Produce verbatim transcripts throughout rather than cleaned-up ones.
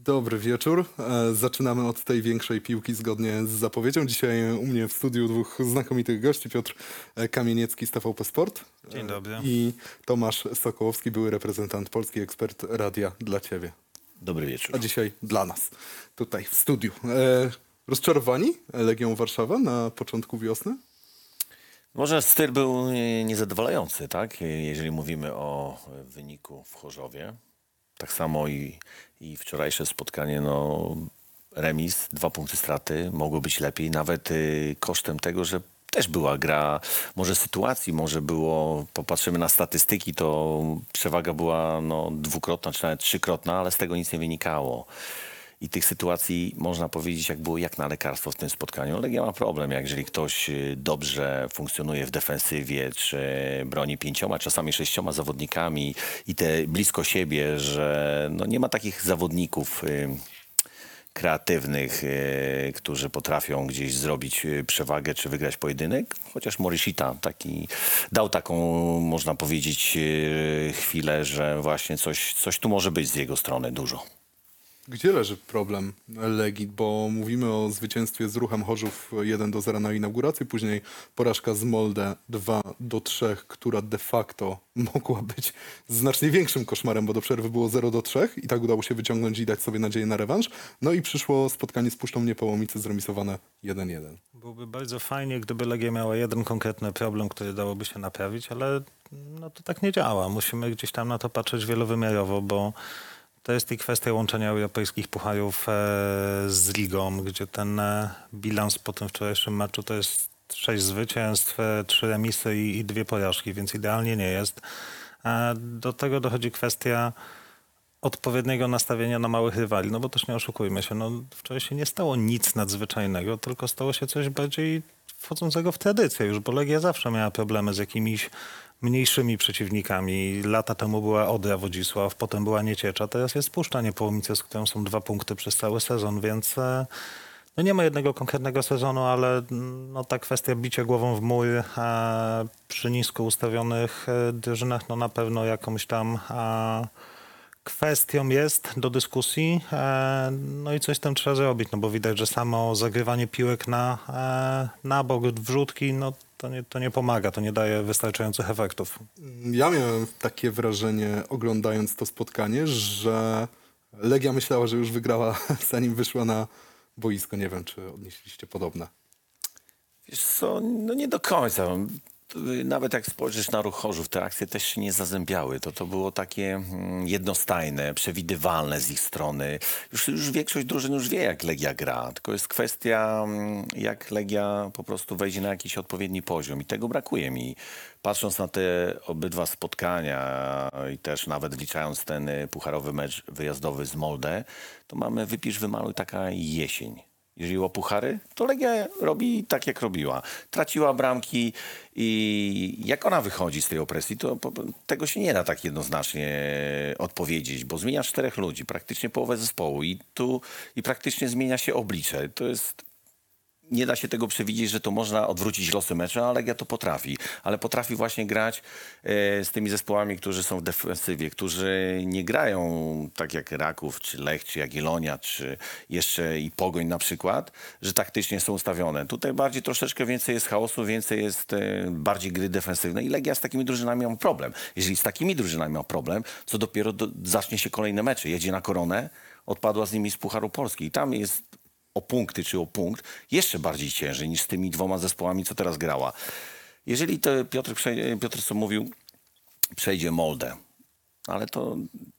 Dobry wieczór. E, Zaczynamy od tej większej piłki zgodnie z zapowiedzią. Dzisiaj u mnie w studiu dwóch znakomitych gości. Piotr e, Kamieniecki z T V P Sport. E, Dzień dobry. I Tomasz Sokołowski, były reprezentant Polski, ekspert radia dla ciebie. Dobry wieczór. A dzisiaj dla nas, tutaj w studiu. E, Rozczarowani Legią Warszawa na początku wiosny? Może styl był niezadowalający, tak? Jeżeli mówimy o wyniku w Chorzowie. Tak samo i, i wczorajsze spotkanie, no remis, dwa punkty straty, mogło być lepiej, nawet y, kosztem tego, że też była gra, może sytuacji, może było, popatrzymy na statystyki, to przewaga była no, dwukrotna, czy nawet trzykrotna, ale z tego nic nie wynikało. I tych sytuacji, można powiedzieć, jak było jak na lekarstwo w tym spotkaniu. Legia ma problem, jak jeżeli ktoś dobrze funkcjonuje w defensywie, czy broni pięcioma, czasami sześcioma zawodnikami i te blisko siebie, że no nie ma takich zawodników y, kreatywnych, y, którzy potrafią gdzieś zrobić przewagę, czy wygrać pojedynek. Chociaż Morishita taki dał taką, można powiedzieć, y, chwilę, że właśnie coś, coś tu może być z jego strony dużo. Gdzie leży problem Legii? Bo mówimy o zwycięstwie z Ruchem Chorzów jeden do zera na inauguracji, później porażka z Molde dwa do trzech, która de facto mogła być znacznie większym koszmarem, bo do przerwy było zero do trzech i tak udało się wyciągnąć i dać sobie nadzieję na rewanż. No i przyszło spotkanie z Puszczą Niepołomice zremisowane jeden jeden. Byłoby bardzo fajnie, gdyby Legia miała jeden konkretny problem, który dałoby się naprawić, ale no to tak nie działa. Musimy gdzieś tam na to patrzeć wielowymiarowo, bo to jest i kwestia łączenia europejskich pucharów e, z ligą, gdzie ten e, bilans po tym wczorajszym meczu to jest sześć zwycięstw, e, trzy remisy i, i dwie porażki, więc idealnie nie jest. E, do tego dochodzi kwestia odpowiedniego nastawienia na małych rywali, no bo też nie oszukujmy się, no wczoraj się nie stało nic nadzwyczajnego, tylko stało się coś bardziej wchodzącego w tradycję już, bo Legia zawsze miała problemy z jakimiś mniejszymi przeciwnikami. Lata temu była Odra Wodzisław, potem była Nieciecza, teraz jest Puszcza Niepołomice, z którą są dwa punkty przez cały sezon, więc no nie ma jednego konkretnego sezonu, ale no ta kwestia bicia głową w mur a przy nisko ustawionych drużynach no na pewno jakąś tam a, kwestią jest do dyskusji, e, no i coś z tym trzeba zrobić, no bo widać, że samo zagrywanie piłek na, e, na bok, wrzutki, no to nie, to nie pomaga, to nie daje wystarczających efektów. Ja miałem takie wrażenie, oglądając to spotkanie, że Legia myślała, że już wygrała, zanim wyszła na boisko. Nie wiem, czy odnieśliście podobne. Wiesz co, no nie do końca. Nawet jak spojrzysz na Ruch Chorzów, te akcje też się nie zazębiały. To, to było takie jednostajne, przewidywalne z ich strony. Już, już większość drużyn już wie, jak Legia gra. Tylko jest kwestia, jak Legia po prostu wejdzie na jakiś odpowiedni poziom. I tego brakuje mi. Patrząc na te obydwa spotkania i też nawet wliczając ten pucharowy mecz wyjazdowy z Molde, to mamy wypisz, wymaluj taka jesień. Jeżeli o puchary, to Legia robi tak, jak robiła. Traciła bramki i jak ona wychodzi z tej opresji, to tego się nie da tak jednoznacznie odpowiedzieć, bo zmienia czterech ludzi, praktycznie połowę zespołu i tu i praktycznie zmienia się oblicze. To jest... Nie da się tego przewidzieć, że to można odwrócić losy meczu, ale Legia to potrafi. Ale potrafi właśnie grać e, z tymi zespołami, którzy są w defensywie, którzy nie grają tak jak Raków, czy Lech, czy Jagiellonia, czy jeszcze i Pogoń na przykład, że taktycznie są ustawione. Tutaj bardziej troszeczkę więcej jest chaosu, więcej jest e, bardziej gry defensywnej i Legia z takimi drużynami ma problem. Jeżeli z takimi drużynami ma problem, to dopiero do, zacznie się kolejne mecze. Jedzie na Koronę, odpadła z nimi z Pucharu Polski i tam jest o punkty czy o punkt, jeszcze bardziej ciężej niż z tymi dwoma zespołami, co teraz grała. Jeżeli to Piotr, Piotr co mówił, przejdzie Molde, ale to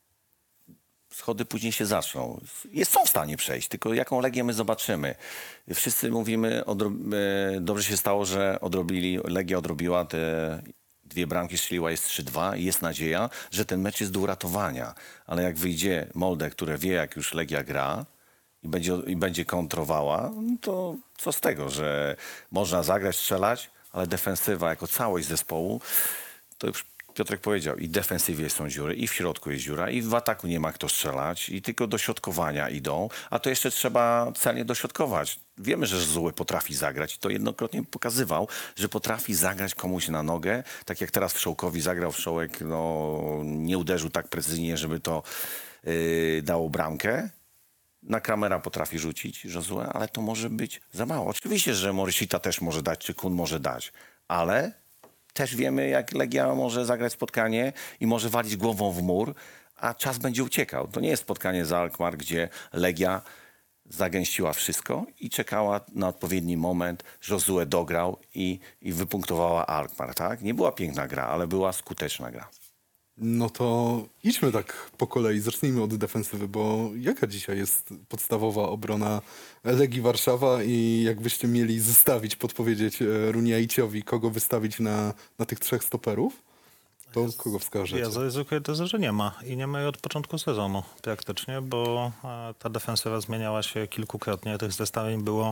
schody później się zaczną. Jest, są w stanie przejść, tylko jaką Legię my zobaczymy. Wszyscy mówimy, odro- dobrze się stało, że odrobili, Legia odrobiła te dwie bramki, strzeliła, jest trzy dwa i jest nadzieja, że ten mecz jest do uratowania. Ale jak wyjdzie Molde, które wie, jak już Legia gra, i będzie, i będzie kontrowała, no to co z tego, że można zagrać, strzelać, ale defensywa jako całość zespołu, to już Piotrek powiedział, i w defensywie są dziury, i w środku jest dziura, i w ataku nie ma kto strzelać, i tylko dośrodkowania idą, a to jeszcze trzeba celnie dośrodkować. Wiemy, że Zły potrafi zagrać i to jednokrotnie pokazywał, że potrafi zagrać komuś na nogę, tak jak teraz Wszołkowi zagrał, Wszołek no, nie uderzył tak precyzyjnie, żeby to yy, dało bramkę. Na Kramera potrafi rzucić Josue, ale to może być za mało. Oczywiście, że Morishita też może dać, czy Kun może dać, ale też wiemy, jak Legia może zagrać spotkanie i może walić głową w mur, a czas będzie uciekał. To nie jest spotkanie z Alkmaar, gdzie Legia zagęściła wszystko i czekała na odpowiedni moment. Josue dograł i, i wypunktowała Alkmaar, tak? Nie była piękna gra, ale była skuteczna gra. No to idźmy tak po kolei, zacznijmy od defensywy, bo jaka dzisiaj jest podstawowa obrona Legii Warszawa i jakbyście mieli zestawić, podpowiedzieć e, Runiaiciowi, kogo wystawić na, na tych trzech stoperów, to kogo wskażecie? Ja zaryzykuję tezę, że nie ma. I nie ma jej od początku sezonu praktycznie, bo e, ta defensywa zmieniała się kilkukrotnie. Tych zestawień było,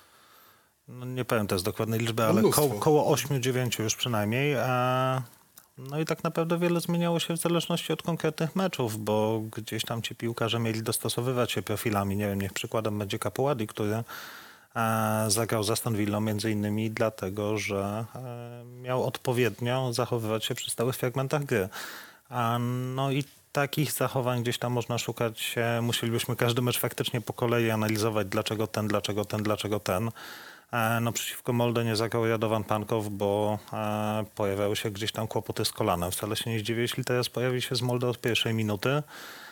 no nie powiem teraz dokładnej liczby, ale mnóstwo. koło, koło ośmiu dziewięciu już przynajmniej. E, no i tak naprawdę wiele zmieniało się w zależności od konkretnych meczów, bo gdzieś tam ci piłkarze mieli dostosowywać się profilami. Nie wiem, niech przykładem będzie Capuadi, który e, zagrał za Aston Villą między innymi dlatego, że e, miał odpowiednio zachowywać się przy stałych fragmentach gry. A, no i takich zachowań gdzieś tam można szukać. E, musielibyśmy każdy mecz faktycznie po kolei analizować, dlaczego ten, dlaczego ten, dlaczego ten. E, no przeciwko Molde nie zagrał Radovan Pankow, bo e, pojawiały się gdzieś tam kłopoty z kolanem. Wcale się nie zdziwię, jeśli teraz pojawi się z Molde od pierwszej minuty.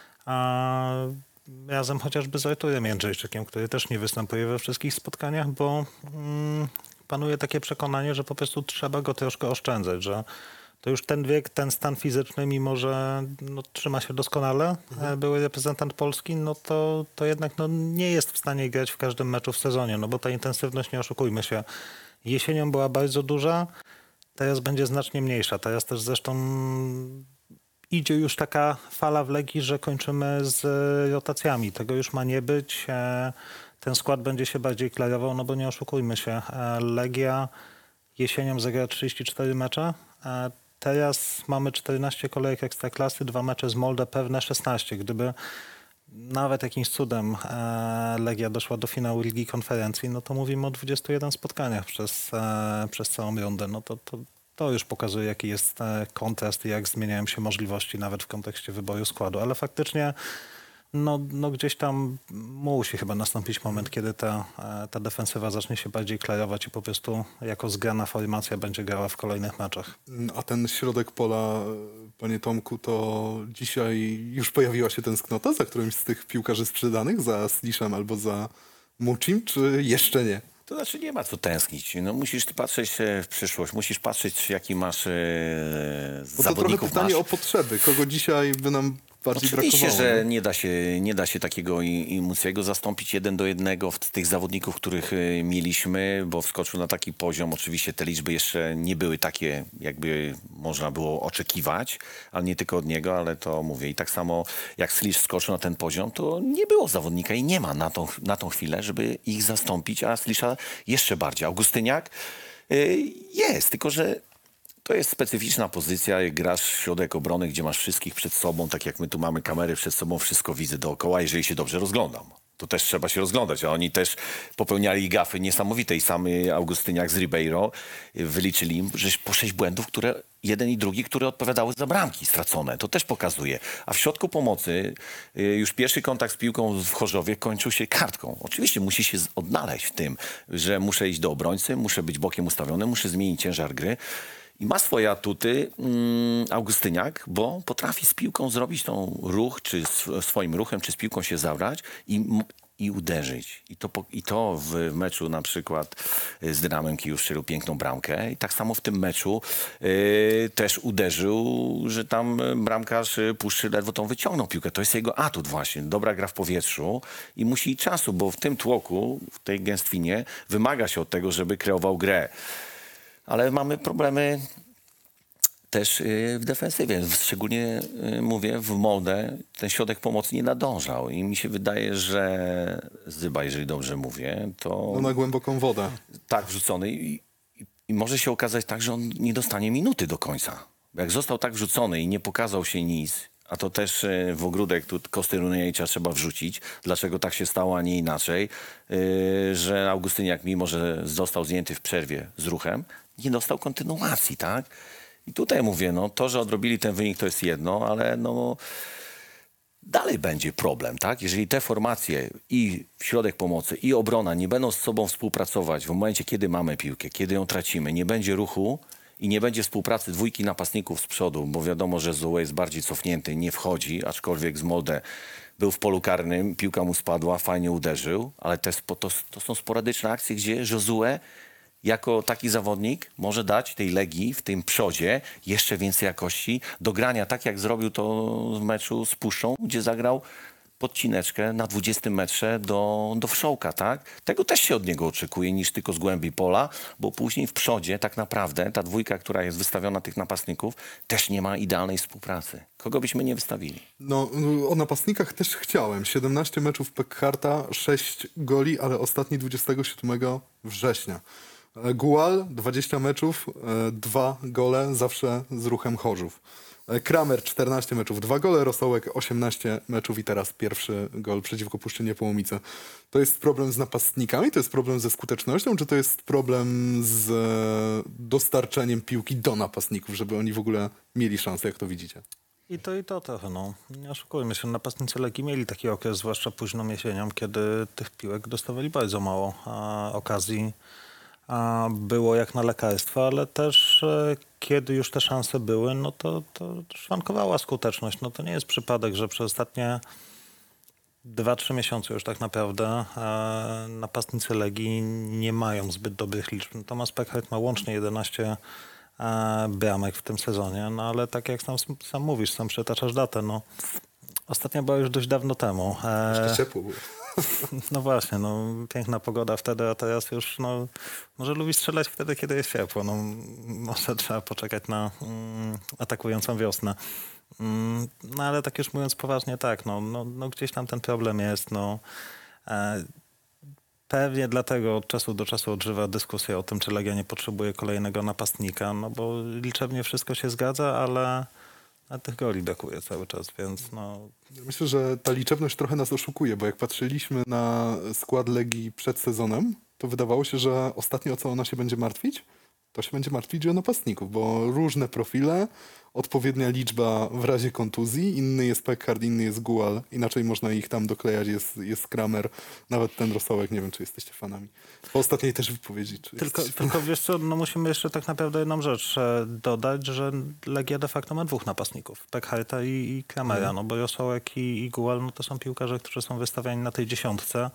A razem chociażby z Arturem Jędrzejczykiem, który też nie występuje we wszystkich spotkaniach, bo mm, panuje takie przekonanie, że po prostu trzeba go troszkę oszczędzać, że to już ten wiek, ten stan fizyczny, mimo że no, trzyma się doskonale, mhm. były reprezentant Polski, no to, to jednak no, nie jest w stanie grać w każdym meczu w sezonie, no bo ta intensywność, nie oszukujmy się, jesienią była bardzo duża, teraz będzie znacznie mniejsza. Teraz też zresztą idzie już taka fala w Legii, że kończymy z rotacjami. Tego już ma nie być. Ten skład będzie się bardziej klarował, no bo nie oszukujmy się. Legia jesienią zagra trzydzieści cztery mecze. Teraz mamy czternaście kolejek Ekstraklasy, dwa mecze z Molde, pewne szesnaście. Gdyby nawet jakimś cudem Legia doszła do finału Ligi Konferencji, no to mówimy o dwudziestu jeden spotkaniach przez, przez całą rundę. No to, to, to już pokazuje, jaki jest kontrast i jak zmieniają się możliwości nawet w kontekście wyboru składu. Ale faktycznie no, no gdzieś tam musi chyba nastąpić moment, kiedy ta, ta defensywa zacznie się bardziej klarować i po prostu jako zgrana formacja będzie grała w kolejnych meczach. A ten środek pola, panie Tomku, to dzisiaj już pojawiła się tęsknota za którymś z tych piłkarzy sprzedanych, za Sliszem albo za Mucim, czy jeszcze nie? To znaczy nie ma co tęsknić. No, musisz patrzeć w przyszłość, musisz patrzeć, jaki masz e, Bo to zawodników. trochę pytanie masz. o potrzeby. Kogo dzisiaj by nam bardziej Oczywiście, brakowało? że nie da się, nie da się takiego Imucjego zastąpić jeden do jednego w tych zawodników, których y, mieliśmy, bo wskoczył na taki poziom. Oczywiście te liczby jeszcze nie były takie, jakby można było oczekiwać, ale nie tylko od niego, ale to mówię. I tak samo jak Slisz skoczył na ten poziom, to nie było zawodnika i nie ma na tą, na tą chwilę, żeby ich zastąpić, a Slisza jeszcze bardziej. Augustyniak y, jest, tylko że to jest specyficzna pozycja, jak grasz w środek obrony, gdzie masz wszystkich przed sobą, tak jak my tu mamy kamery przed sobą, wszystko widzę dookoła, jeżeli się dobrze rozglądam. To też trzeba się rozglądać, a oni też popełniali gafy niesamowite i samy Augustyniak z Ribeiro wyliczyli im, że po sześć błędów, które jeden i drugi, które odpowiadały za bramki stracone. To też pokazuje. A w środku pomocy już pierwszy kontakt z piłką w Chorzowie kończył się kartką. Oczywiście musi się odnaleźć w tym, że muszę iść do obrońcy, muszę być bokiem ustawiony, muszę zmienić ciężar gry. I ma swoje atuty mm, Augustyniak, bo potrafi z piłką zrobić tą ruch, czy swoim ruchem, czy z piłką się zabrać i, i uderzyć. I to, po, i to w meczu na przykład z Dynamem Kijów strzelił piękną bramkę. I tak samo w tym meczu y, też uderzył, że tam bramkarz Puszczy ledwo tą wyciągnął piłkę. To jest jego atut właśnie. Dobra gra w powietrzu i musi czasu, bo w tym tłoku, w tej gęstwinie wymaga się od tego, żeby kreował grę. Ale mamy problemy też w defensywie. Szczególnie mówię, w Molde ten środek pomocy nie nadążał. I mi się wydaje, że Zyba, jeżeli dobrze mówię, to... No na głęboką wodę. Tak, wrzucony. I, i, i może się okazać tak, że on nie dostanie minuty do końca. Bo jak został tak wrzucony i nie pokazał się nic, a to też w ogródek tu Kosty Runiajcia trzeba wrzucić. Dlaczego tak się stało, a nie inaczej? Yy, że Augustyniak, mimo że został zdjęty w przerwie z ruchem, nie dostał kontynuacji, tak? I tutaj mówię, no to, że odrobili ten wynik, to jest jedno, ale no dalej będzie problem, tak? Jeżeli te formacje i środek pomocy, i obrona nie będą z sobą współpracować w momencie, kiedy mamy piłkę, kiedy ją tracimy, nie będzie ruchu i nie będzie współpracy dwójki napastników z przodu, bo wiadomo, że Zoe jest bardziej cofnięty, nie wchodzi, aczkolwiek z Molde był w polu karnym, piłka mu spadła, fajnie uderzył, ale te, to, to są sporadyczne akcje, gdzie Josue jako taki zawodnik może dać tej Legii w tym przodzie jeszcze więcej jakości do grania, tak jak zrobił to w meczu z Puszczą, gdzie zagrał podcineczkę na dwudziestym metrze do, do Wszołka, tak? Tego też się od niego oczekuje niż tylko z głębi pola, bo później w przodzie tak naprawdę ta dwójka, która jest wystawiona tych napastników, też nie ma idealnej współpracy. Kogo byśmy nie wystawili? No, o napastnikach też chciałem. siedemnaście meczów Pekharta, sześć goli, ale ostatni dwudziestego siódmego września. Gual, dwadzieścia meczów, dwa gole, zawsze z ruchem Chorzów. Kramer, czternaście meczów, dwa gole, Rosołek, osiemnaście meczów i teraz pierwszy gol przeciwko Puszczy Niepołomice. To jest problem z napastnikami, to jest problem ze skutecznością, czy to jest problem z dostarczeniem piłki do napastników, żeby oni w ogóle mieli szansę, jak to widzicie? I to i to trochę, no. Nie oszukujmy się, napastnicy Legii mieli taki okres, zwłaszcza późną jesienią, kiedy tych piłek dostawali bardzo mało, a okazji a było jak na lekarstwo, ale też e, kiedy już te szanse były, no to, to szwankowała skuteczność. No to nie jest przypadek, że przez ostatnie dwa trzy miesiące już tak naprawdę e, napastnicy Legii nie mają zbyt dobrych liczb. Tomasz Pekhart ma łącznie jedenaście e, bramek w tym sezonie, no ale tak jak sam, sam mówisz, sam przytaczasz datę, no ostatnia była już dość dawno temu. E, Jeszcze ciepło było. No właśnie, no piękna pogoda wtedy, a teraz już no, może lubi strzelać wtedy, kiedy jest ciepło. No, może trzeba poczekać na mm, atakującą wiosnę. Mm, no ale tak już mówiąc poważnie, tak, no, no, no gdzieś tam ten problem jest. No, e, pewnie dlatego od czasu do czasu odżywa dyskusja o tym, czy Legia nie potrzebuje kolejnego napastnika, no bo liczebnie wszystko się zgadza, ale a tych goli brakuje cały czas, więc no... Myślę, że ta liczebność trochę nas oszukuje, bo jak patrzyliśmy na skład Legii przed sezonem, to wydawało się, że ostatnie o co ona się będzie martwić, to się będzie martwić o napastników, bo różne profile, odpowiednia liczba w razie kontuzji, inny jest Pekhart, inny jest Gual, inaczej można ich tam doklejać, jest, jest Kramer, nawet ten Rosołek, nie wiem, czy jesteście fanami. Po ostatniej też wypowiedzi. Czy Tylko, jesteście tylko wiesz co, no musimy jeszcze tak naprawdę jedną rzecz e, dodać, że Legia de facto ma dwóch napastników, Pekharta i, i Kramera, Mhm. no bo Rosołek i, i Gual, no to są piłkarze, którzy są wystawiani na tej dziesiątce,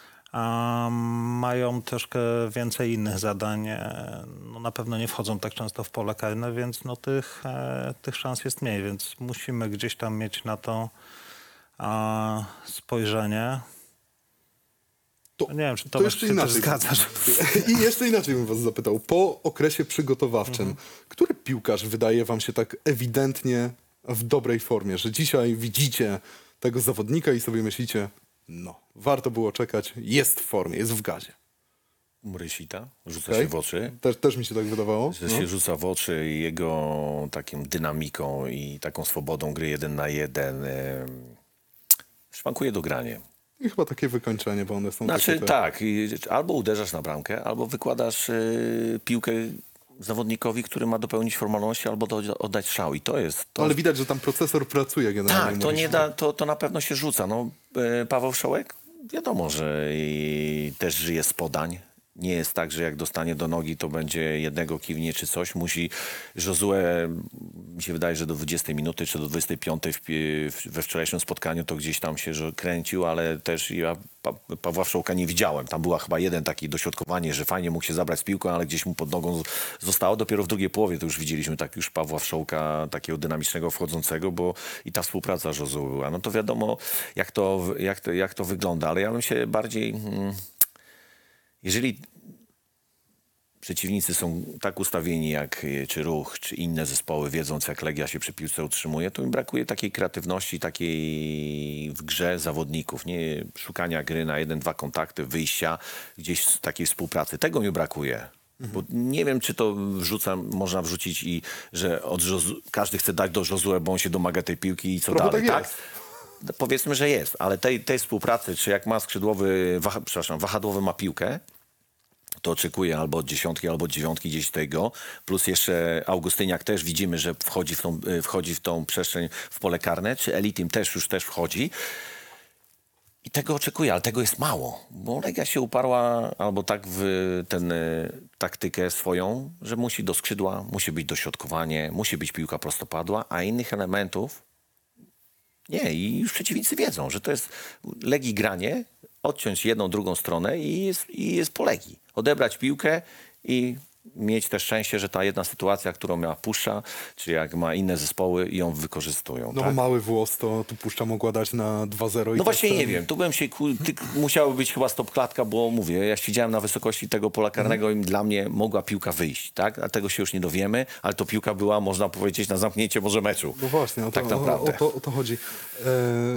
a mają troszkę więcej innych zadań. e, No na pewno nie wchodzą tak często w pole karne, więc no tych, e, tych szans jest mniej, więc musimy gdzieś tam mieć na to a, spojrzenie. To- No nie wiem, czy to to jeszcze się też inaczej. zgadzasz. I jeszcze inaczej bym was zapytał. Po okresie przygotowawczym, Mhm. który piłkarz wydaje wam się tak ewidentnie w dobrej formie, że dzisiaj widzicie tego zawodnika i sobie myślicie, no, warto było czekać, jest w formie, jest w gazie. Mrysita rzuca Okej. się w oczy. Też, też mi się tak wydawało. Że No. się rzuca w oczy i jego taką dynamiką i taką swobodą gry jeden na jeden. em, Szwankuje do grania. I chyba takie wykończenie, bo one są Znaczy takie... te- tak, i albo uderzasz na bramkę, albo wykładasz y, piłkę zawodnikowi, który ma dopełnić formalności, albo do, oddać strzał. I to jest... To, Ale widać, że tam procesor pracuje generalnie. tak, to, mówisz. nie da, to, to na pewno się rzuca. No, y, Paweł Wszołek, wiadomo, że i też żyje z podań. Nie jest tak, że jak dostanie do nogi, to będzie jednego kiwnie czy coś. Musi Josue, mi się wydaje, że do dwudziestej minuty czy do dwudziestej piątej w, w, we wczorajszym spotkaniu to gdzieś tam się że kręcił, ale też ja pa, Pawła Wszołka nie widziałem. Tam była chyba jeden taki dośrodkowanie, że fajnie mógł się zabrać z piłką, ale gdzieś mu pod nogą z- zostało. Dopiero w drugiej połowie to już widzieliśmy tak już Pawła Wszołka, takiego dynamicznego, wchodzącego, bo i ta współpraca Josue była. No to wiadomo, jak to, jak to, jak to wygląda, ale ja bym się bardziej... Hmm, jeżeli przeciwnicy są tak ustawieni jak y, czy Ruch, czy inne zespoły, wiedząc jak Legia się przy piłce utrzymuje, to im brakuje takiej kreatywności, takiej w grze zawodników, nie szukania gry na jeden, dwa kontakty, wyjścia, gdzieś z takiej współpracy. Tego mi brakuje. Bo nie wiem, czy to wrzuca, można wrzucić i że od Josu, każdy chce dać do Josue, bo on się domaga tej piłki i co Trochę dalej. tak Tak, jest. No, powiedzmy, że jest, ale tej, tej współpracy, czy jak ma skrzydłowy, waha, przepraszam, wahadłowy ma piłkę, to oczekuje albo od dziesiątki, albo od dziewiątki gdzieś tego. Plus jeszcze Augustyniak też widzimy, że wchodzi w tą, wchodzi w tą przestrzeń, w pole karne, czy Elitim też już też wchodzi. I tego oczekuje, ale tego jest mało, bo Legia się uparła albo tak w tę taktykę swoją, że musi do skrzydła, musi być dośrodkowanie, musi być piłka prostopadła, a innych elementów nie. I już przeciwnicy wiedzą, że to jest Legii granie, odciąć jedną, drugą stronę i jest, i jest po Legii. Odebrać piłkę i mieć też szczęście, że ta jedna sytuacja, którą miała Puszcza, czy jak ma inne zespoły, ją wykorzystują. No tak? mały włos, to tu Puszcza mogła dać na dwa zero. i No to właśnie ten- nie wiem, tu bym się, ku- ty, musiało być chyba stop klatka, bo mówię, ja siedziałem na wysokości tego pola karnego i dla mnie mogła piłka wyjść, tak? A tego się już nie dowiemy, ale to piłka była, można powiedzieć, na zamknięcie może meczu. No właśnie, o to, Tak o, naprawdę. o, to, o to chodzi. E,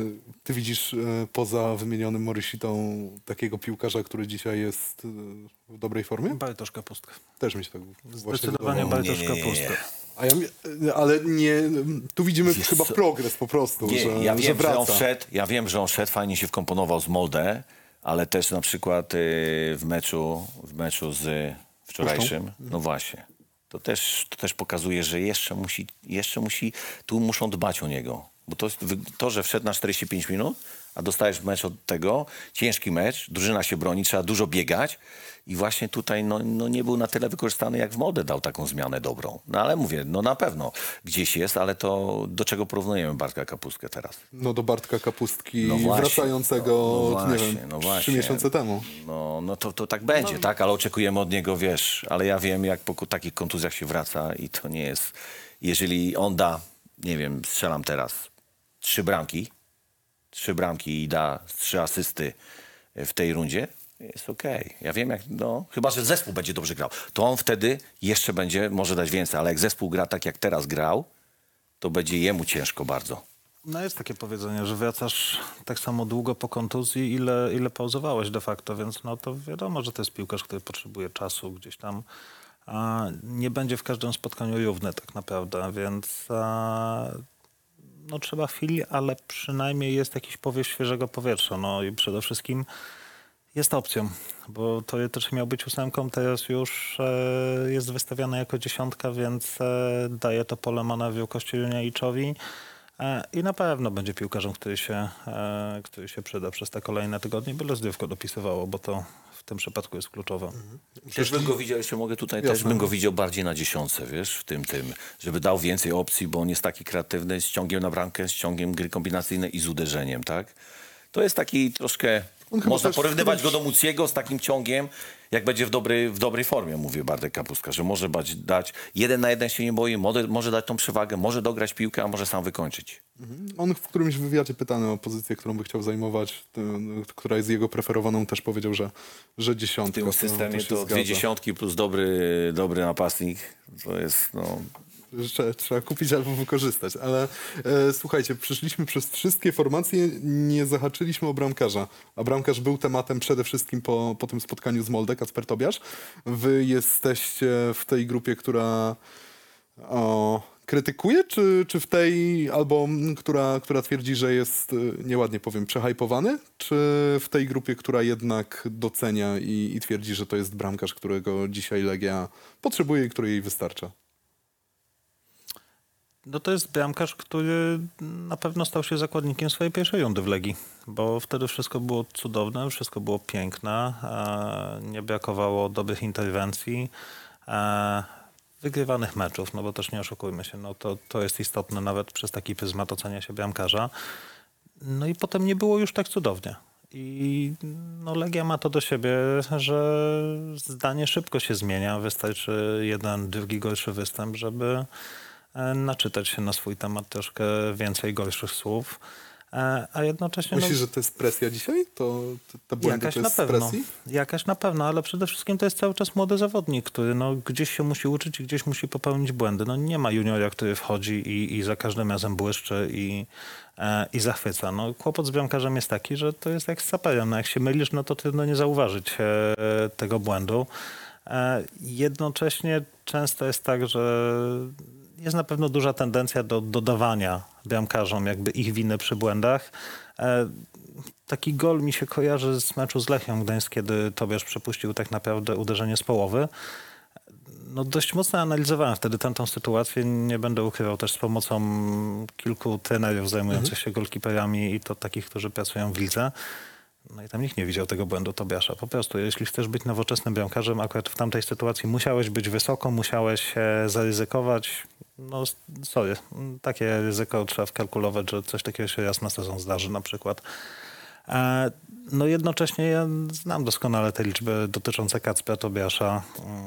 ty widzisz e, poza wymienionym Morysitą takiego piłkarza, który dzisiaj jest e, w dobrej formie? Bartosz Kapustka. Też mi się tak właśnie Zdecydowanie wydawało. Bartosz nie, nie, nie, Kapustka. nie. A ja, mi- ale nie, tu widzimy Wiesz chyba co? progres po prostu, Nie, że, ja że wiem, że, wraca. on wszedł, ja wiem, że on wszedł, fajnie się wkomponował z Molde, ale też na przykład y, w meczu, w meczu z wczorajszym, no właśnie, to też, to też pokazuje, że jeszcze musi, jeszcze musi, tu muszą dbać o niego. Bo to, jest, wy- to, że wszedł na czterdzieści pięć minut, a dostajesz mecz od tego, ciężki mecz, drużyna się broni, trzeba dużo biegać i właśnie tutaj no, no nie był na tyle wykorzystany, jak w Molde dał taką zmianę dobrą. No ale mówię, no na pewno gdzieś jest, ale to do czego porównujemy Bartka Kapustkę teraz? No do Bartka Kapustki No właśnie, wracającego, no, no nie właśnie, wiem, no trzy właśnie. miesiące temu. No, no to, to tak będzie, tak, ale oczekujemy od niego, wiesz, ale ja wiem, jak po takich kontuzjach się wraca i to nie jest, jeżeli on da, nie wiem, strzelam teraz, trzy bramki, trzy bramki i da trzy asysty w tej rundzie, jest okej. Ja wiem, jak, no, chyba że zespół będzie dobrze grał, to on wtedy jeszcze będzie, może dać więcej, ale jak zespół gra tak, jak teraz grał, to będzie jemu ciężko bardzo. No jest takie powiedzenie, że wracasz tak samo długo po kontuzji, ile, ile pauzowałeś de facto, więc no to wiadomo, że to jest piłkarz, który potrzebuje czasu gdzieś tam. A nie będzie w każdym spotkaniu równy tak naprawdę, więc a, no trzeba chwili, ale przynajmniej jest jakiś powiew świeżego powietrza. No i przede wszystkim jest opcją, bo to też miał być ósemką, teraz już e, jest wystawiane jako dziesiątka, więc e, daje to pole manewru Kościelniaiczowi. E, I na pewno będzie piłkarzem, który się, e, który się przyda przez te kolejne tygodnie, byle zdrówko dopisywało, bo to w tym przypadku jest kluczowe. Też bym go widział, jeszcze mogę tutaj, Jasne. też bym go widział bardziej na dziesiątce, wiesz, w tym, tym, żeby dał więcej opcji, bo on jest taki kreatywny, z ciągiem na bramkę, z ciągiem gry kombinacyjnej i z uderzeniem, tak? To jest taki troszkę, On chyba można też porównywać którymś- go do Muciego z takim ciągiem, jak będzie w, dobry, w dobrej formie, mówię Bartek Kapustka, że może bać, dać, jeden na jeden się nie boi, może, może dać tą przewagę, może dograć piłkę, a może sam wykończyć. On w którymś wywiadzie pytany o pozycję, którą by chciał zajmować, tym, która jest jego preferowaną, też powiedział, że, że W dziesiątka. tym systemie się to dwie zgadza. dziesiątki plus dobry, dobry napastnik, to jest, no... Trzeba, trzeba kupić albo wykorzystać, ale e, słuchajcie, przeszliśmy przez wszystkie formacje, nie zahaczyliśmy o bramkarza, a bramkarz był tematem przede wszystkim po, po tym spotkaniu z Molde, Kacper Tobiasz. Wy jesteście w tej grupie, która o, krytykuje, czy, czy w tej, albo mm, która, która twierdzi, że jest, e, nieładnie powiem, przehajpowany, czy w tej grupie, która jednak docenia i, i twierdzi, że to jest bramkarz, którego dzisiaj Legia potrzebuje i który jej wystarcza? No to jest bramkarz, który na pewno stał się zakładnikiem swojej pierwszej rundy w Legii, bo wtedy wszystko było cudowne, wszystko było piękne, e, nie brakowało dobrych interwencji, e, wygrywanych meczów, no bo też nie oszukujmy się, no to, to jest istotne nawet przez taki pryzmat ocenia się bramkarza. No i potem nie było już tak cudownie. I no Legia ma to do siebie, że zdanie szybko się zmienia, wystarczy jeden, drugi gorszy występ, żeby e, naczytać się na swój temat troszkę więcej gorszych słów, e, a jednocześnie... Myślisz, no, że to jest presja dzisiaj? To, to, te błędy Jakaś to na jest z pewno, presji? jakaś na pewno, ale przede wszystkim to jest cały czas młody zawodnik, który no, gdzieś się musi uczyć i gdzieś musi popełnić błędy. No, nie ma juniora, który wchodzi i, i za każdym razem błyszczy i, e, i zachwyca. No, kłopot z bramkarzem jest taki, że to jest jak z saperem. No, jak się mylisz, no to trudno nie zauważyć e, tego błędu. E, jednocześnie często jest tak, że jest na pewno duża tendencja do dodawania bramkarzom jakby ich winy przy błędach. E, taki gol mi się kojarzy z meczu z Lechią Gdańsk, kiedy Tobiasz przepuścił tak naprawdę uderzenie z połowy. No dość mocno analizowałem wtedy tamtą sytuację. Nie będę ukrywał, też z pomocą kilku trenerów zajmujących mhm. się golkiperami i to takich, którzy pracują w lidze. No i tam nikt nie widział tego błędu Tobiasza. Po prostu, jeśli chcesz być nowoczesnym bramkarzem, akurat w tamtej sytuacji musiałeś być wysoko, musiałeś e, zaryzykować. No sorry, takie ryzyko trzeba wkalkulować, że coś takiego się raz na sezon zdarzy na przykład. E, no jednocześnie ja znam doskonale te liczby dotyczące Kacpra Tobiasza.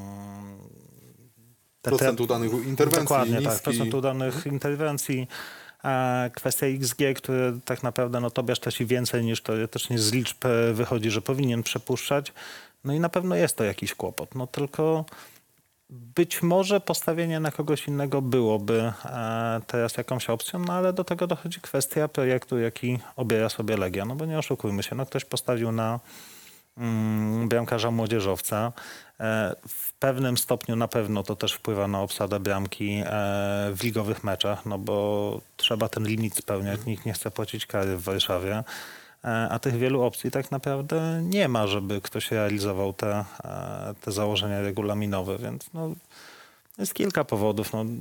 Te, procent udanych interwencji. Dokładnie, niski. tak. Procent udanych interwencji. E, kwestia X G, które tak naprawdę no, Tobiasz traci więcej niż teoretycznie z liczb wychodzi, że powinien przepuszczać. No i na pewno jest to jakiś kłopot. No tylko być może postawienie na kogoś innego byłoby e, teraz jakąś opcją, no ale do tego dochodzi kwestia projektu, jaki obiera sobie Legia. No bo nie oszukujmy się, no ktoś postawił na mm, bramkarza młodzieżowca. E, w pewnym stopniu na pewno to też wpływa na obsadę bramki e, w ligowych meczach, no bo trzeba ten limit spełniać, nikt nie chce płacić kary w Warszawie. A tych wielu opcji tak naprawdę nie ma, żeby ktoś realizował te, te założenia regulaminowe, więc no, jest kilka powodów. No.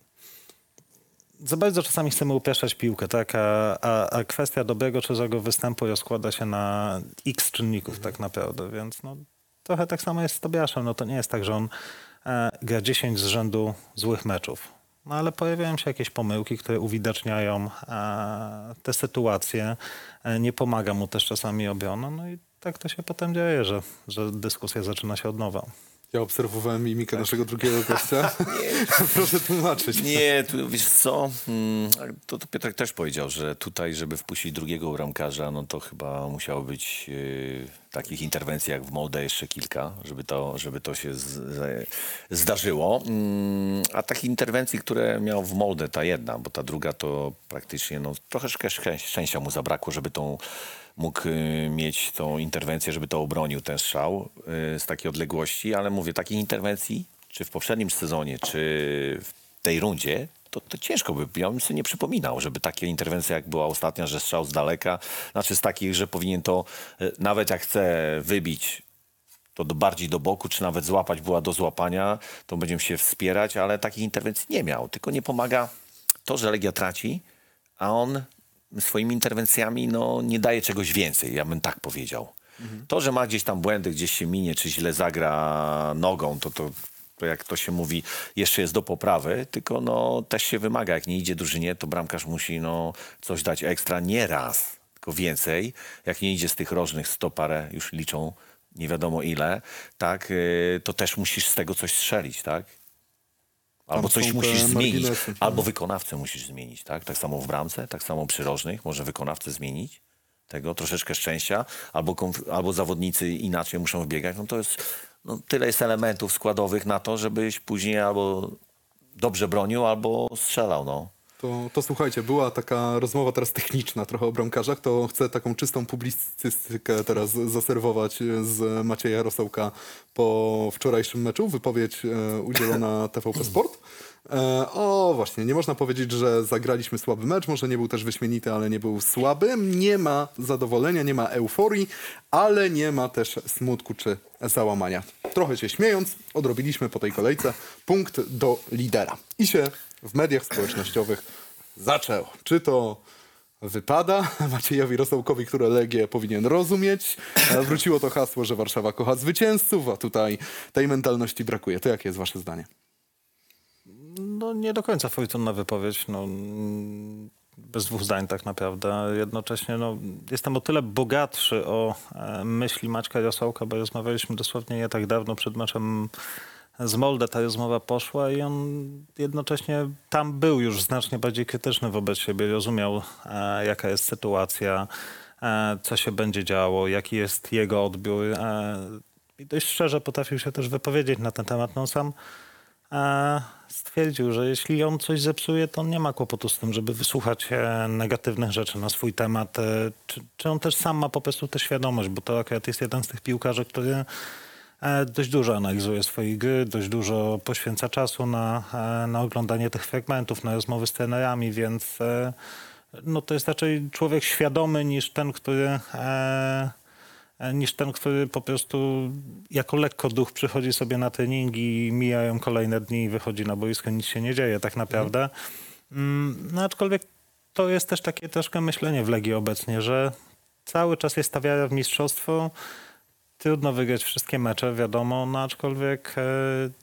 Za bardzo czasami chcemy upieszczać piłkę, tak? A, a, a kwestia dobrego czy złego występu rozkłada się na x czynników tak naprawdę, więc no, trochę tak samo jest z Tobiaszem. No, to nie jest tak, że on e, gra dziesięć z rzędu złych meczów. No ale pojawiają się jakieś pomyłki, które uwidaczniają e, te sytuacje. E, nie pomaga mu też czasami obrona. No i tak to się potem dzieje, że, że dyskusja zaczyna się od nowa. Ja obserwowałem mimikę naszego drugiego gościa. Proszę tłumaczyć. Nie, tu, wiesz co, to, to Piotrek też powiedział, że tutaj, żeby wpuścić drugiego bramkarza, no to chyba musiało być yy, takich interwencji jak w Molde jeszcze kilka, żeby to, żeby to się z, z, zdarzyło. Yy, a takich interwencji, które miał w Molde, ta jedna, bo ta druga to praktycznie no, troszeczkę szczęścia mu zabrakło, żeby tą mógł mieć tą interwencję, żeby to obronił ten strzał z takiej odległości, ale mówię, takiej interwencji, czy w poprzednim sezonie, czy w tej rundzie, to, to ciężko by, ja bym sobie nie przypominał, żeby takie interwencje jak była ostatnia, że strzał z daleka, znaczy z takich, że powinien to, nawet jak chce wybić, to do, bardziej do boku, czy nawet złapać była do złapania, to będziemy się wspierać, ale takich interwencji nie miał, tylko nie pomaga to, że Legia traci, a on swoimi interwencjami no, nie daje czegoś więcej, ja bym tak powiedział. Mhm. To, że ma gdzieś tam błędy, gdzieś się minie, czy źle zagra nogą, to, to, to jak to się mówi, jeszcze jest do poprawy, tylko no, też się wymaga, jak nie idzie drużynie, to bramkarz musi no, coś dać ekstra, nie raz, tylko więcej. Jak nie idzie z tych rożnych sto parę, już liczą nie wiadomo ile, tak, yy, to też musisz z tego coś strzelić, tak? Albo coś musisz zmienić, albo wykonawcę musisz zmienić, tak? Tak samo w bramce, tak samo przy rożnych, może wykonawcę zmienić, tego troszeczkę szczęścia, albo, albo zawodnicy inaczej muszą wbiegać. No to jest, no tyle jest elementów składowych na to, żebyś później albo dobrze bronił, albo strzelał, no. To, to słuchajcie, była taka rozmowa teraz techniczna trochę o bramkarzach, to chcę taką czystą publicystykę teraz zaserwować z Macieja Rosołka po wczorajszym meczu. Wypowiedź e, udzielona T V P Sport. E, o właśnie, nie można powiedzieć, że zagraliśmy słaby mecz, może nie był też wyśmienity, ale nie był słaby. Nie ma zadowolenia, nie ma euforii, ale nie ma też smutku czy załamania. Trochę się śmiejąc, odrobiliśmy po tej kolejce punkt do lidera. I się w mediach społecznościowych zaczęło. Czy to wypada Maciejowi Rosołkowi, które Legię powinien rozumieć? Wróciło to hasło, że Warszawa kocha zwycięzców, a tutaj tej mentalności brakuje. To jakie jest wasze zdanie? No nie do końca fortunna wypowiedź. No, bez dwóch zdań tak naprawdę. Jednocześnie no, jestem o tyle bogatszy o e, myśli Maćka Rosołka, bo rozmawialiśmy dosłownie nie tak dawno przed meczem z Molde ta rozmowa poszła i on jednocześnie tam był już znacznie bardziej krytyczny wobec siebie. Rozumiał, e, jaka jest sytuacja, e, co się będzie działo, jaki jest jego odbiór. E, I dość szczerze potrafił się też wypowiedzieć na ten temat. No, sam e, stwierdził, że jeśli on coś zepsuje, to on nie ma kłopotu z tym, żeby wysłuchać e, negatywnych rzeczy na swój temat. E, czy, czy on też sam ma po prostu tę świadomość, bo to akurat jest jeden z tych piłkarzy, który dość dużo analizuje swojej gry, dość dużo poświęca czasu na, na oglądanie tych fragmentów, na rozmowy z trenerami, więc no to jest raczej człowiek świadomy niż ten, który... E, niż ten, który po prostu jako lekko duch przychodzi sobie na treningi, mijają kolejne dni i wychodzi na boisko, nic się nie dzieje tak naprawdę. Mm. No aczkolwiek to jest też takie troszkę myślenie w Legii obecnie, że cały czas jest ta wiara w mistrzostwo. Trudno wygrać wszystkie mecze, wiadomo, no aczkolwiek e,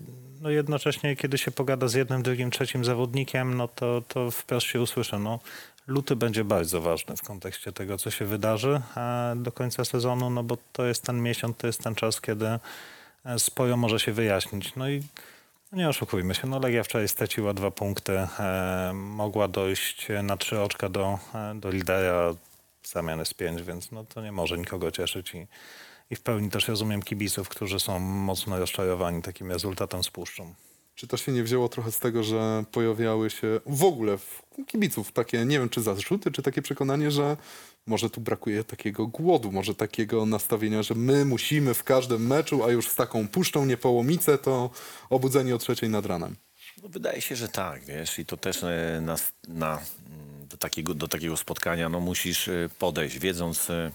no jednocześnie kiedy się pogada z jednym, drugim, trzecim zawodnikiem, no to, to wprost się usłyszy, no luty będzie bardzo ważny w kontekście tego, co się wydarzy a do końca sezonu, no bo to jest ten miesiąc, to jest ten czas, kiedy sporo może się wyjaśnić. No i nie oszukujmy się, no Legia wczoraj straciła dwa punkty, e, mogła dojść na trzy oczka do, do lidera, zamiany z pięć, więc no to nie może nikogo cieszyć i, i w pełni też rozumiem kibiców, którzy są mocno rozczarowani takim rezultatem z Puszczą. Czy to się nie wzięło trochę z tego, że pojawiały się w ogóle w kibiców takie, nie wiem, czy zarzuty, czy takie przekonanie, że może tu brakuje takiego głodu, może takiego nastawienia, że my musimy w każdym meczu, a już z taką Puszczą Niepołomice, to obudzeni o trzeciej nad ranem. No, wydaje się, że tak, wiesz, i to też e, na, na, do, takiego, do takiego spotkania no, musisz e, podejść, wiedząc, e,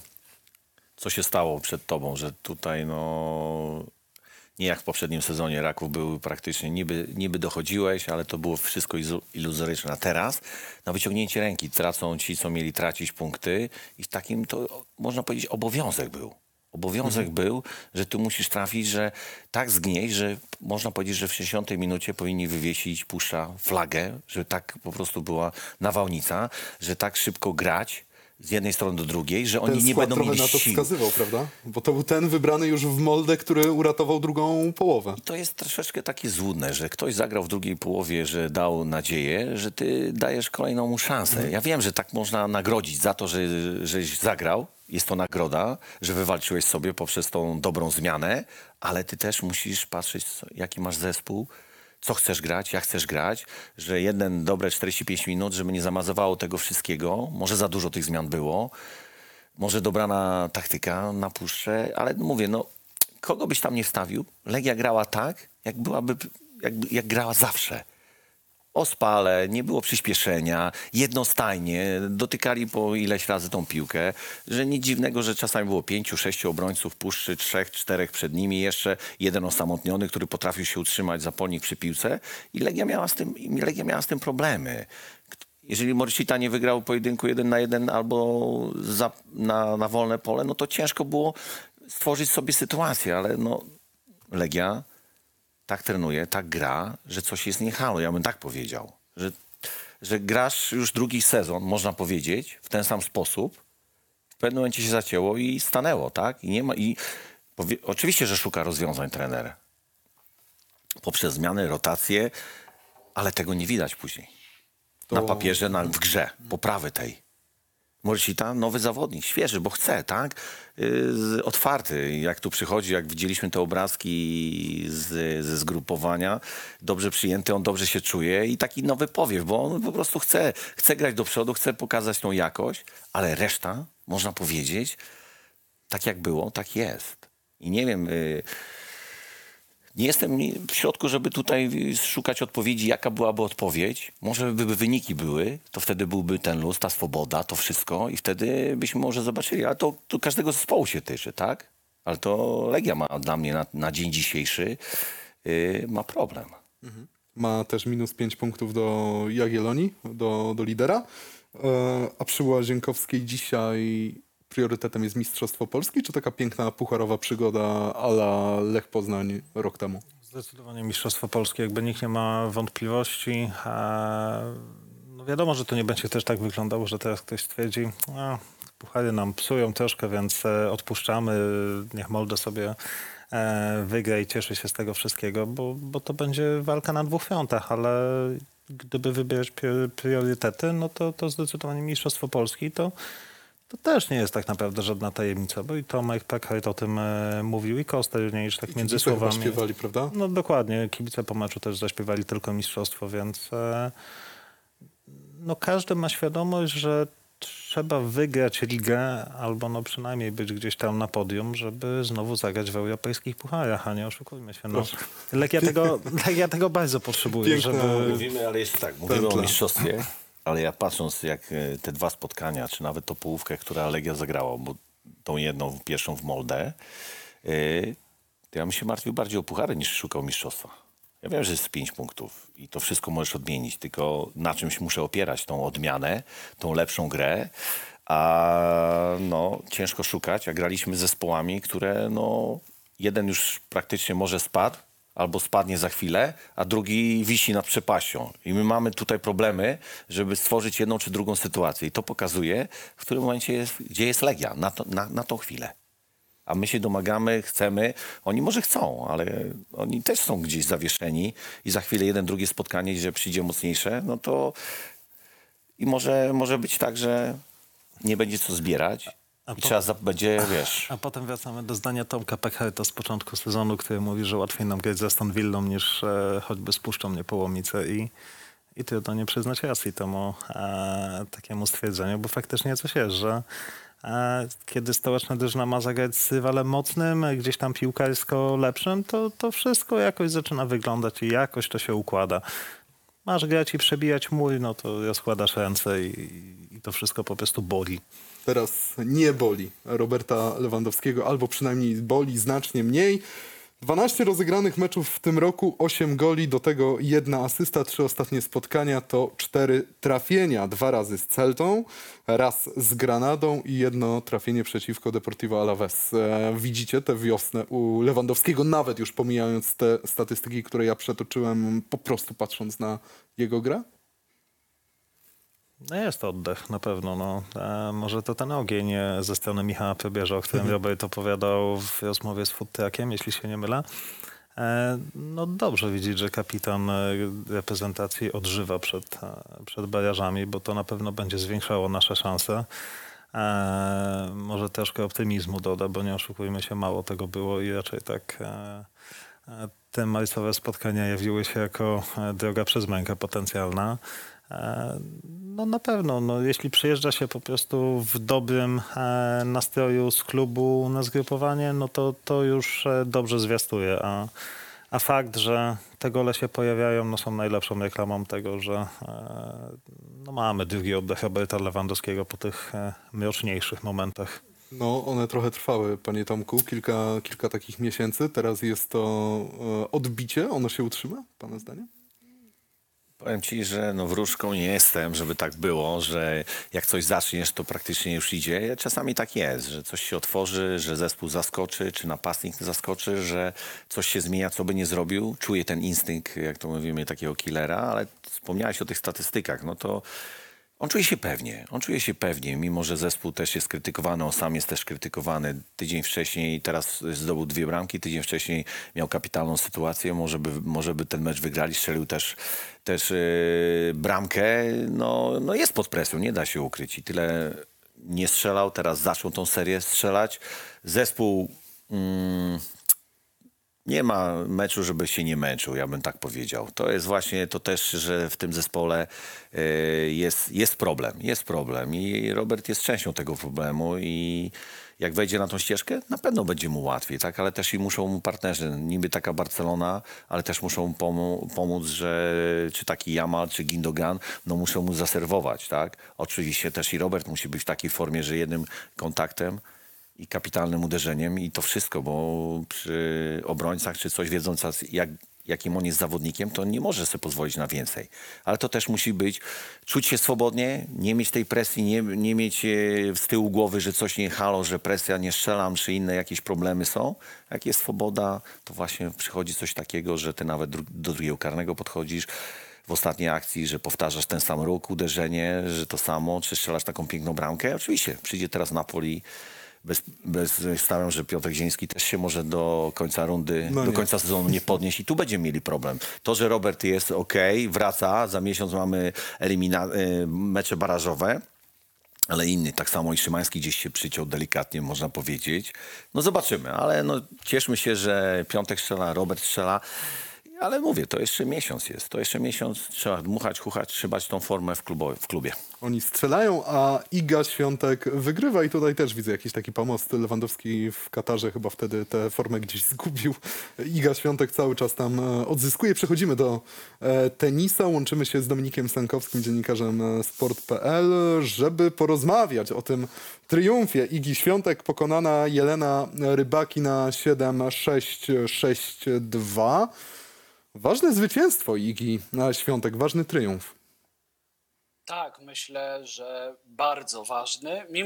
co się stało przed tobą, że tutaj no... Nie jak w poprzednim sezonie Raków był praktycznie, niby, niby dochodziłeś, ale to było wszystko iluzoryczne. A teraz na wyciągnięcie ręki tracą ci, co mieli tracić punkty i w takim to, można powiedzieć, obowiązek był. Obowiązek mhm. był, że tu musisz trafić, że tak zgnieść, że można powiedzieć, że w sześćdziesiątej minucie powinni wywiesić Puszcza flagę, że tak po prostu była nawałnica, że tak szybko grać z jednej strony do drugiej, że ten oni nie będą trochę mieli na to sił. wskazywał, prawda? Bo to był ten wybrany już w Molde, który uratował drugą połowę. I to jest troszeczkę takie złudne, że ktoś zagrał w drugiej połowie, że dał nadzieję, że ty dajesz kolejną mu szansę. Mhm. Ja wiem, że tak można nagrodzić za to, że, żeś zagrał. Jest to nagroda, że wywalczyłeś sobie poprzez tą dobrą zmianę, ale ty też musisz patrzeć, jaki masz zespół, co chcesz grać, jak chcesz grać, że jeden dobre czterdzieści pięć minut, żeby nie zamazywało tego wszystkiego. Może za dużo tych zmian było. Może dobrana taktyka na Puszczę, ale mówię, no kogo byś tam nie wstawił? Legia grała tak, jak byłaby, jak, jak grała zawsze. Ospale, nie było przyspieszenia, jednostajnie, dotykali po ileś razy tą piłkę, że nic dziwnego, że czasami było pięciu, sześciu obrońców Puszczy, trzech, czterech przed nimi, jeszcze jeden osamotniony, który potrafił się utrzymać zapolnik przy piłce i Legia miała z tym, Legia miała z tym problemy. Jeżeli Morcita nie wygrał pojedynku jeden na jeden albo za, na, na wolne pole, no to ciężko było stworzyć sobie sytuację, ale no Legia tak trenuje, tak gra, że coś jest nie halo. Ja bym tak powiedział. Że, że grasz już drugi sezon, można powiedzieć, w ten sam sposób. W pewnym momencie się zacięło i stanęło, tak? I nie ma, i powie, oczywiście, że szuka rozwiązań trener. Poprzez zmiany, rotacje, ale tego nie widać później. To... Na papierze, na, w grze, poprawy tej. Morcita, nowy zawodnik, świeży, bo chce, tak? Yy, otwarty, jak tu przychodzi, jak widzieliśmy te obrazki z, ze zgrupowania, dobrze przyjęty, on dobrze się czuje i taki nowy powiew, bo on po prostu chce, chce grać do przodu, chce pokazać tą jakość, ale reszta, można powiedzieć, tak jak było, tak jest. I nie wiem... Yy, Nie jestem w środku, żeby tutaj szukać odpowiedzi, jaka byłaby odpowiedź. Może by wyniki były, to wtedy byłby ten luz, ta swoboda, to wszystko i wtedy byśmy może zobaczyli. Ale to, to każdego zespołu się tyczy, tak? Ale to Legia ma dla mnie na, na dzień dzisiejszy yy, ma problem. Mhm. Ma też minus pięć punktów do Jagiellonii, do, do lidera. E, a przy Łazienkowskiej dzisiaj... priorytetem jest Mistrzostwo Polski, czy taka piękna pucharowa przygoda a la Lech Poznań rok temu? Zdecydowanie Mistrzostwo Polskie, jakby nikt nie ma wątpliwości. No wiadomo, że to nie będzie też tak wyglądało, że teraz ktoś stwierdzi, a puchary nam psują troszkę, więc odpuszczamy, niech Molde sobie wygra i cieszy się z tego wszystkiego, bo, bo to będzie walka na dwóch frontach, ale gdyby wybierać priorytety, no to, to zdecydowanie Mistrzostwo Polski to To też nie jest tak naprawdę żadna tajemnica, bo i Tomek Peckert o tym e, mówił i Koster Jurniejczyk tak między słowami. Śpiewali, prawda? No dokładnie, kibice po meczu też zaśpiewali tylko mistrzostwo, więc e, no każdy ma świadomość, że trzeba wygrać ligę albo no przynajmniej być gdzieś tam na podium, żeby znowu zagrać w europejskich pucharach, a nie oszukujmy się. No. Legia, tego, Legia tego bardzo potrzebuje, Piękne. żeby... Mówimy, ale jest tak, mówimy Pętla. o mistrzostwie, Ale ja patrząc jak e, te dwa spotkania, czy nawet tą połówkę, która Legia zagrała, bo tą jedną pierwszą w Molde, e, to ja bym się martwił bardziej o puchary niż szukał mistrzostwa. Ja wiem, że jest pięć punktów i to wszystko możesz odmienić, tylko na czymś muszę opierać tą odmianę, tą lepszą grę, a no ciężko szukać, a graliśmy z zespołami, które no jeden już praktycznie może spadł, albo spadnie za chwilę, a drugi wisi nad przepaścią. I my mamy tutaj problemy, żeby stworzyć jedną czy drugą sytuację. I to pokazuje, w którym momencie jest, gdzie jest Legia, na, to, na, na tą chwilę. A my się domagamy, chcemy, oni może chcą, ale oni też są gdzieś zawieszeni i za chwilę jeden, drugie spotkanie, że przyjdzie mocniejsze, no to i może, może być tak, że nie będzie co zbierać i po- trzeba za, będzie, wiesz... A potem wracamy do zdania Tomka Pekharta z początku sezonu, który mówi, że łatwiej nam grać z Aston Villą niż e, choćby z Puszczą Niepołomice i, i trudno nie przyznać racji temu e, takiemu stwierdzeniu, bo faktycznie coś jest, że e, kiedy stołeczna drużyna ma zagrać z rywalem mocnym, gdzieś tam piłkarsko lepszym, to, to wszystko jakoś zaczyna wyglądać i jakoś to się układa. Masz grać i przebijać mur, no to rozkładasz ręce i, i to wszystko po prostu boli. Teraz nie boli Roberta Lewandowskiego, albo przynajmniej boli znacznie mniej. dwanaście rozegranych meczów w tym roku, osiem goli, do tego jedna asysta, trzy ostatnie spotkania to cztery trafienia. Dwa razy z Celtą, raz z Granadą i jedno trafienie przeciwko Deportivo Alavés. E, widzicie tę wiosnę u Lewandowskiego, nawet już pomijając te statystyki, które ja przetoczyłem, po prostu patrząc na jego grę? No jest oddech, na pewno. No. E, może to ten ogień e, ze strony Michała Probierza, o którym Robert opowiadał w rozmowie z Food Truckiem, jeśli się nie mylę. E, no dobrze widzieć, że kapitan e, reprezentacji odżywa przed, e, przed barażami, bo to na pewno będzie zwiększało nasze szanse. E, może troszkę optymizmu doda, bo nie oszukujmy się, mało tego było i raczej tak e, e, te marcowe spotkania jawiły się jako e, droga przez mękę potencjalna. E, No na pewno, no, jeśli przyjeżdża się po prostu w dobrym e, nastroju z klubu na zgrupowanie, no to, to już e, dobrze zwiastuje. A, a fakt, że te gole się pojawiają, no, są najlepszą reklamą tego, że e, no, mamy drugi oddech Roberta Lewandowskiego po tych e, mroczniejszych momentach. No, one trochę trwały, panie Tomku, kilka, kilka takich miesięcy. Teraz jest to e, odbicie. Ono się utrzyma, pana zdaniem? Powiem ci, że no wróżką nie jestem, żeby tak było, że jak coś zaczniesz, to praktycznie już idzie. Czasami tak jest, że coś się otworzy, że zespół zaskoczy, czy napastnik zaskoczy, że coś się zmienia, co by nie zrobił. Czuję ten instynkt, jak to mówimy, takiego killera, ale wspomniałeś o tych statystykach, no to on czuje się pewnie, on czuje się pewnie, mimo że zespół też jest krytykowany, on sam jest też krytykowany. Tydzień wcześniej, teraz zdobył dwie bramki, tydzień wcześniej miał kapitalną sytuację, może by, może by ten mecz wygrali, strzelił też, też yy, bramkę. No, no jest pod presją, nie da się ukryć i tyle nie strzelał, teraz zaczął tą serię strzelać. Zespół... Mm, nie ma meczu, żeby się nie męczył, ja bym tak powiedział. To jest właśnie to też, że w tym zespole y, jest, jest problem, jest problem i Robert jest częścią tego problemu i jak wejdzie na tą ścieżkę, na pewno będzie mu łatwiej, tak? Ale też i muszą mu partnerzy, niby taka Barcelona, ale też muszą mu pomóc, pomóc, że czy taki Yamal, czy Gundogan, no muszą mu zaserwować, tak? Oczywiście też i Robert musi być w takiej formie, że jednym kontaktem i kapitalnym uderzeniem i to wszystko, bo przy obrońcach czy coś wiedząc, jak, jakim on jest zawodnikiem, to nie może sobie pozwolić na więcej. Ale to też musi być, czuć się swobodnie, nie mieć tej presji, nie, nie mieć z tyłu głowy, że coś nie halo, że presja, nie strzelam, czy inne jakieś problemy są. Jak jest swoboda, to właśnie przychodzi coś takiego, że ty nawet dru- do drugiego karnego podchodzisz w ostatniej akcji, że powtarzasz ten sam ruch, uderzenie, że to samo, czy strzelasz taką piękną bramkę. Oczywiście, przyjdzie teraz Napoli. Bez, bez, stawiam, że Piotr Zieliński też się może do końca rundy, No do nie. końca sezonu nie podnieść i tu będziemy mieli problem. To, że Robert jest ok, wraca, za miesiąc mamy elimina- y, mecze barażowe, ale inny, tak samo i Szymański gdzieś się przyciął delikatnie, można powiedzieć. No zobaczymy, ale no, cieszmy się, że Piątek strzela, Robert strzela. Ale mówię, to jeszcze miesiąc jest. To jeszcze miesiąc trzeba dmuchać, chuchać, trzymać tą formę w, klubo, w klubie. Oni strzelają, a Iga Świątek wygrywa i tutaj też widzę jakiś taki pomost. Lewandowski w Katarze chyba wtedy tę formę gdzieś zgubił. Iga Świątek cały czas tam e, odzyskuje. Przechodzimy do e, tenisa. Łączymy się z Dominikiem Stankowskim, dziennikarzem e, sport kropka p l, żeby porozmawiać o tym triumfie Igi Świątek. Pokonana Jelena Rybaki na siedem sześć sześć dwa. Ważne zwycięstwo Igi Świątek, ważny triumf. Tak, myślę, że bardzo ważny. Mimo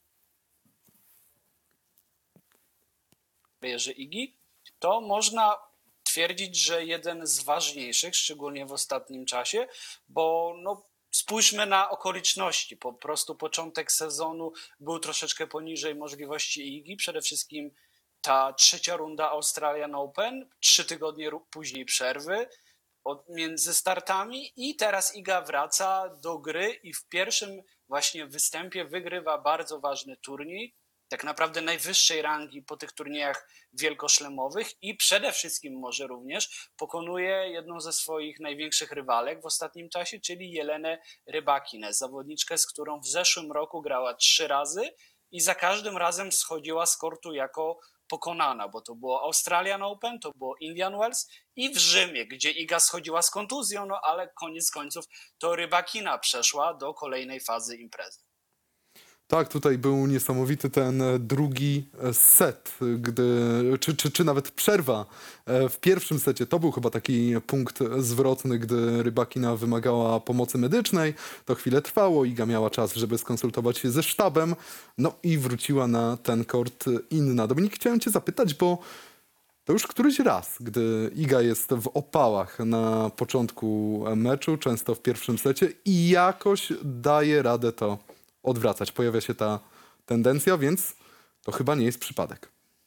że Igi, to można twierdzić, że jeden z ważniejszych, szczególnie w ostatnim czasie, bo no, spójrzmy na okoliczności. Po prostu początek sezonu był troszeczkę poniżej możliwości Igi. Przede wszystkim ta trzecia runda Australian Open, trzy tygodnie później przerwy od, między startami i teraz Iga wraca do gry i w pierwszym właśnie występie wygrywa bardzo ważny turniej, tak naprawdę najwyższej rangi po tych turniejach wielkoszlemowych i przede wszystkim może również pokonuje jedną ze swoich największych rywalek w ostatnim czasie, czyli Jelenę Rybakinę, zawodniczkę, z którą w zeszłym roku grała trzy razy i za każdym razem schodziła z kortu jako pokonana, bo to było Australian Open, to było Indian Wells i w Rzymie, gdzie Iga schodziła z kontuzją, no ale koniec końców to Rybakina przeszła do kolejnej fazy imprezy. Tak, tutaj był niesamowity ten drugi set, gdy, czy, czy, czy nawet przerwa w pierwszym secie. To był chyba taki punkt zwrotny, gdy Rybakina wymagała pomocy medycznej. To chwilę trwało, Iga miała czas, żeby skonsultować się ze sztabem, no i wróciła na ten kort inna. Dominik, chciałem cię zapytać, bo to już któryś raz, gdy Iga jest w opałach na początku meczu, często w pierwszym secie i jakoś daje radę to odwracać. Pojawia się ta tendencja, więc to chyba nie jest przypadek.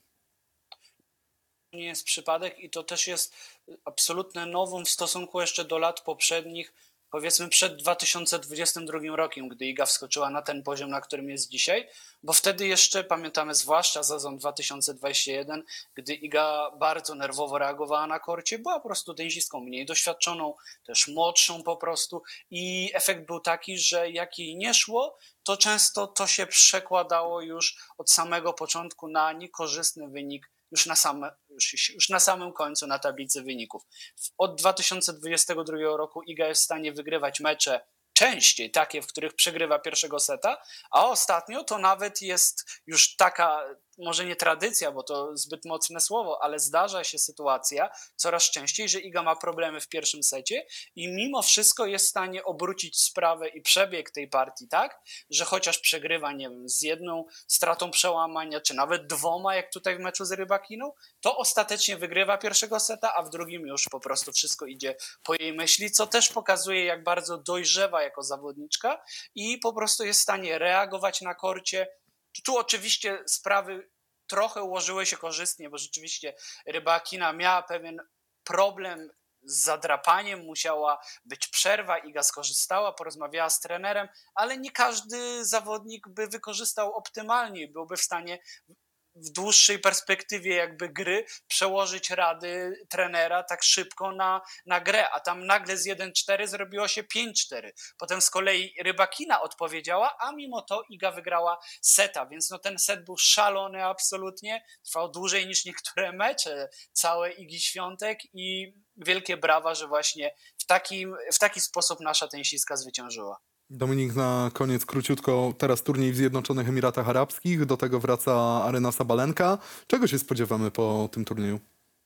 Nie jest przypadek i to też jest absolutne novum w stosunku jeszcze do lat poprzednich, powiedzmy przed dwa tysiące dwudziestym drugim rokiem, gdy Iga wskoczyła na ten poziom, na którym jest dzisiaj, bo wtedy jeszcze pamiętamy zwłaszcza sezon dwa tysiące dwudziesty pierwszy, gdy Iga bardzo nerwowo reagowała na korcie, była po prostu tenisistką mniej doświadczoną, też młodszą po prostu i efekt był taki, że jak jej nie szło, to często to się przekładało już od samego początku na niekorzystny wynik już na, same, już, już na samym końcu na tablicy wyników. Od dwa tysiące dwudziestego drugiego roku Iga jest w stanie wygrywać mecze częściej takie, w których przegrywa pierwszego seta, a ostatnio to nawet jest już taka, może nie tradycja, bo to zbyt mocne słowo, ale zdarza się sytuacja coraz częściej, że Iga ma problemy w pierwszym secie i mimo wszystko jest w stanie obrócić sprawę i przebieg tej partii tak, że chociaż przegrywa, nie wiem, z jedną stratą przełamania, czy nawet dwoma, jak tutaj w meczu z Rybakiną, to ostatecznie wygrywa pierwszego seta, a w drugim już po prostu wszystko idzie po jej myśli, co też pokazuje, jak bardzo dojrzewa jako zawodniczka i po prostu jest w stanie reagować na korcie. Tu oczywiście sprawy trochę ułożyły się korzystnie, bo rzeczywiście Rybakina miała pewien problem z zadrapaniem, musiała być przerwa, Iga skorzystała, porozmawiała z trenerem, ale nie każdy zawodnik by wykorzystał optymalnie, byłby w stanie w dłuższej perspektywie jakby gry przełożyć rady trenera tak szybko na, na grę, a tam nagle z jeden cztery zrobiło się pięć cztery. Potem z kolei Rybakina odpowiedziała, a mimo to Iga wygrała seta, więc no ten set był szalony absolutnie, trwał dłużej niż niektóre mecze całe Igi Świątek i wielkie brawa, że właśnie w, takim, w taki sposób nasza tenisistka zwyciężyła. Dominik, na koniec króciutko, teraz turniej w Zjednoczonych Emiratach Arabskich, do tego wraca Aryna Sabalenka. Czego się spodziewamy po tym turnieju?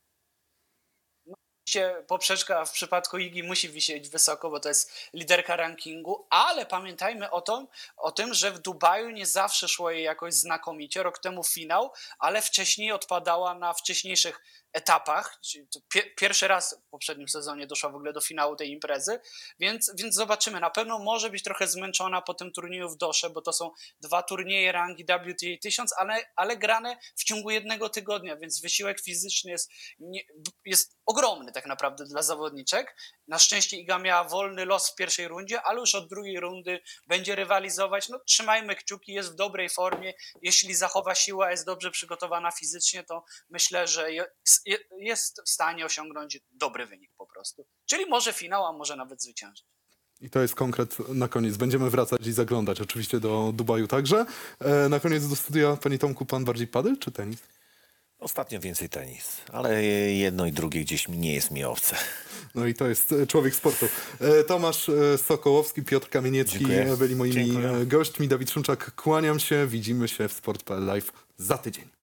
Poprzeczka w przypadku Igi musi wisieć wysoko, bo to jest liderka rankingu, ale pamiętajmy o, to, o tym, że w Dubaju nie zawsze szło jej jakoś znakomicie. Rok temu finał, ale wcześniej odpadała na wcześniejszych etapach. Pierwszy raz w poprzednim sezonie doszła w ogóle do finału tej imprezy, więc, więc zobaczymy. Na pewno może być trochę zmęczona po tym turnieju w Dosze, bo to są dwa turnieje rangi W T A tysiąc, ale, ale grane w ciągu jednego tygodnia, więc wysiłek fizyczny jest, nie, jest ogromny tak naprawdę dla zawodniczek. Na szczęście Iga miała wolny los w pierwszej rundzie, ale już od drugiej rundy będzie rywalizować. No, trzymajmy kciuki, jest w dobrej formie. Jeśli zachowa siłę, jest dobrze przygotowana fizycznie, to myślę, że jest, je- jest w stanie osiągnąć dobry wynik po prostu. Czyli może finał, a może nawet zwyciężyć. I to jest konkret na koniec. Będziemy wracać i zaglądać oczywiście do Dubaju także. E, na koniec do studia, panie Tomku, pan bardziej padel czy tenis? Ostatnio więcej tenis, ale jedno i drugie gdzieś mi nie jest mi obce. No i to jest e, człowiek sportu. E, Tomasz e, Sokołowski, Piotr Kamieniecki Dziękuję. e, byli moimi Dziękuję. e, gośćmi. Dawid Szymczak, kłaniam się. Widzimy się w Sport kropka p l Live za tydzień.